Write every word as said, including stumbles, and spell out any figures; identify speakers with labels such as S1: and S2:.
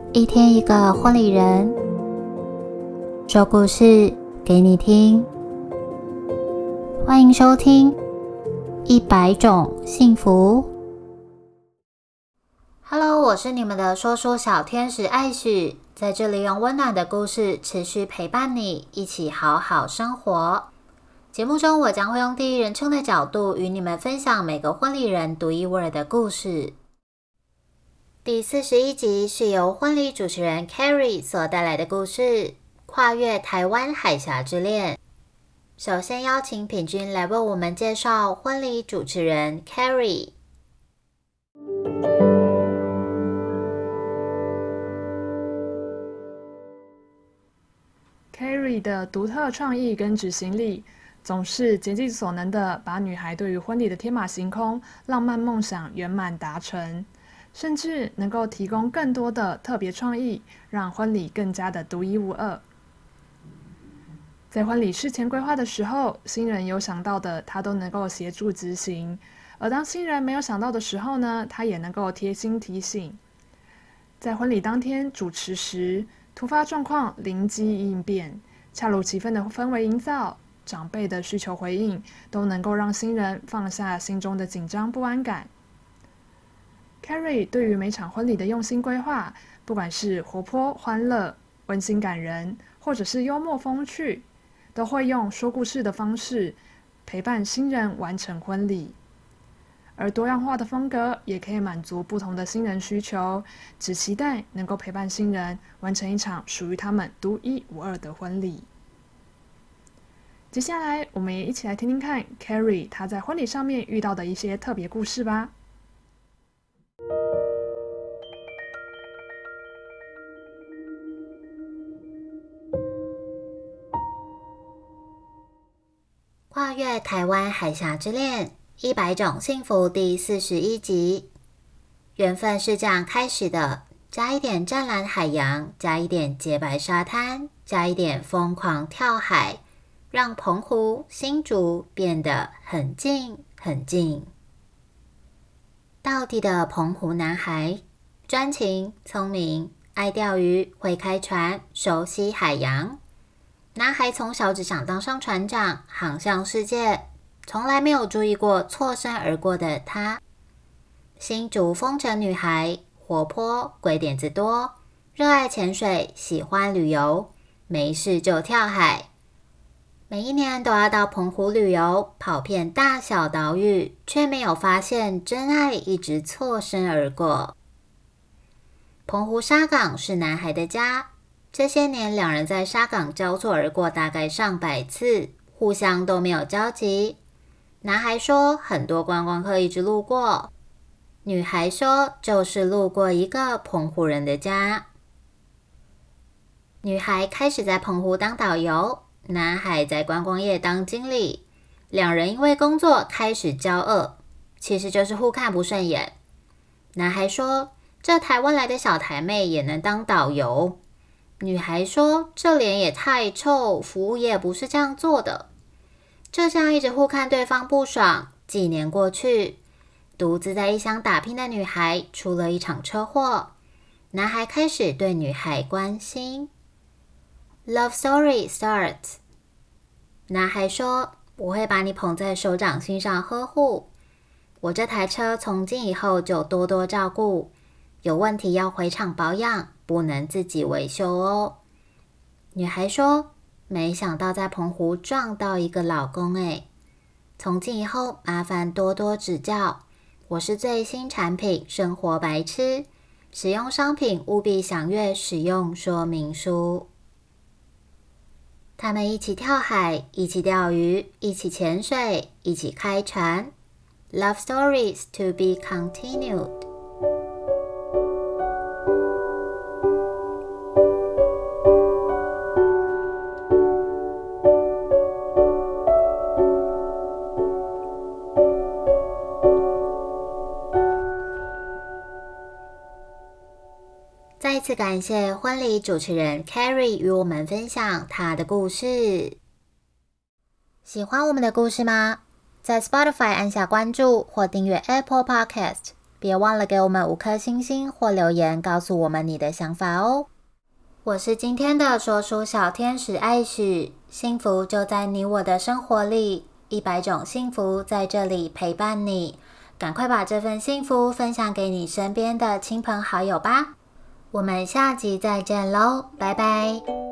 S1: 一天一个婚礼人，说故事给你听。欢迎收听一百种幸福。Hello， 我是你们的说书小天使艾许，在这里用温暖的故事持续陪伴你，一起好好生活。节目中我将会用第一人称的角度与你们分享每个婚礼人独一无二的故事。第四十一集是由婚礼主持人 Carrie 所带来的故事，跨越台湾海峡之恋。首先邀请品君来为我们介绍婚礼主持人 Carrie。
S2: Carrie 的独特创意跟执行力，总是竭尽所能的把女孩对于婚礼的天马行空、浪漫梦想圆满达成，甚至能够提供更多的特别创意，让婚礼更加的独一无二。在婚礼事前规划的时候，新人有想到的，他都能够协助执行；而当新人没有想到的时候呢，他也能够贴心提醒。在婚礼当天主持时，突发状况灵机应变，恰如其分的氛围营造，长辈的需求回应，都能够让新人放下心中的紧张不安感。Carrie 对于每场婚礼的用心规划，不管是活泼欢乐、温馨感人，或者是幽默风趣，都会用说故事的方式陪伴新人完成婚礼。而多样化的风格也可以满足不同的新人需求，只期待能够陪伴新人完成一场属于他们独一无二的婚礼。接下来我们也一起来听听看 Carrie 她在婚礼上面遇到的一些特别故事吧。
S1: 跨越台湾海峡之恋，一百种幸福第四十一集。缘分是这样开始的，加一点湛蓝海洋，加一点洁白沙滩，加一点疯狂跳海，让澎湖、新竹变得很近很近。道地的澎湖男孩，专情、聪明，爱钓鱼，会开船，熟悉海洋。男孩从小只想当上船长，航向世界，从来没有注意过错身而过的他。新竹风城女孩，活泼，鬼点子多，热爱潜水，喜欢旅游，没事就跳海。每一年都要到澎湖旅游，跑遍大小岛屿，却没有发现真爱一直错身而过。澎湖沙港是男孩的家，这些年两人在沙港交错而过大概上百次，互相都没有交集。男孩说很多观光客一直路过，女孩说就是路过一个澎湖人的家。女孩开始在澎湖当导游，男孩在观光业当经理，两人因为工作开始交恶，其实就是互看不顺眼。男孩说这台湾来的小台妹也能当导游，女孩说这脸也太臭，服务业不是这样做的。就这样一直互看对方不爽，几年过去，独自在异乡打拼的女孩出了一场车祸，男孩开始对女孩关心。 Love story starts。 男孩说我会把你捧在手掌心上呵护，我这台车从今以后就多多照顾，有问题要回厂保养，不能自己维修哦。女孩说没想到在澎湖撞到一个老公诶，从今以后麻烦多多指教，我是最新产品生活白痴，使用商品务必详阅使用说明书。他们一起跳海，一起钓鱼，一起潜水，一起开船。 Love stories to be continued。再一次感谢婚礼主持人 Carrie 与我们分享她的故事。喜欢我们的故事吗？在 Spotify 按下关注或订阅 Apple Podcast， 别忘了给我们五颗星星或留言告诉我们你的想法哦。我是今天的说书小天使艾许，幸福就在你我的生活里，一百种幸福在这里陪伴你。赶快把这份幸福分享给你身边的亲朋好友吧。我们下集再见喽，拜拜。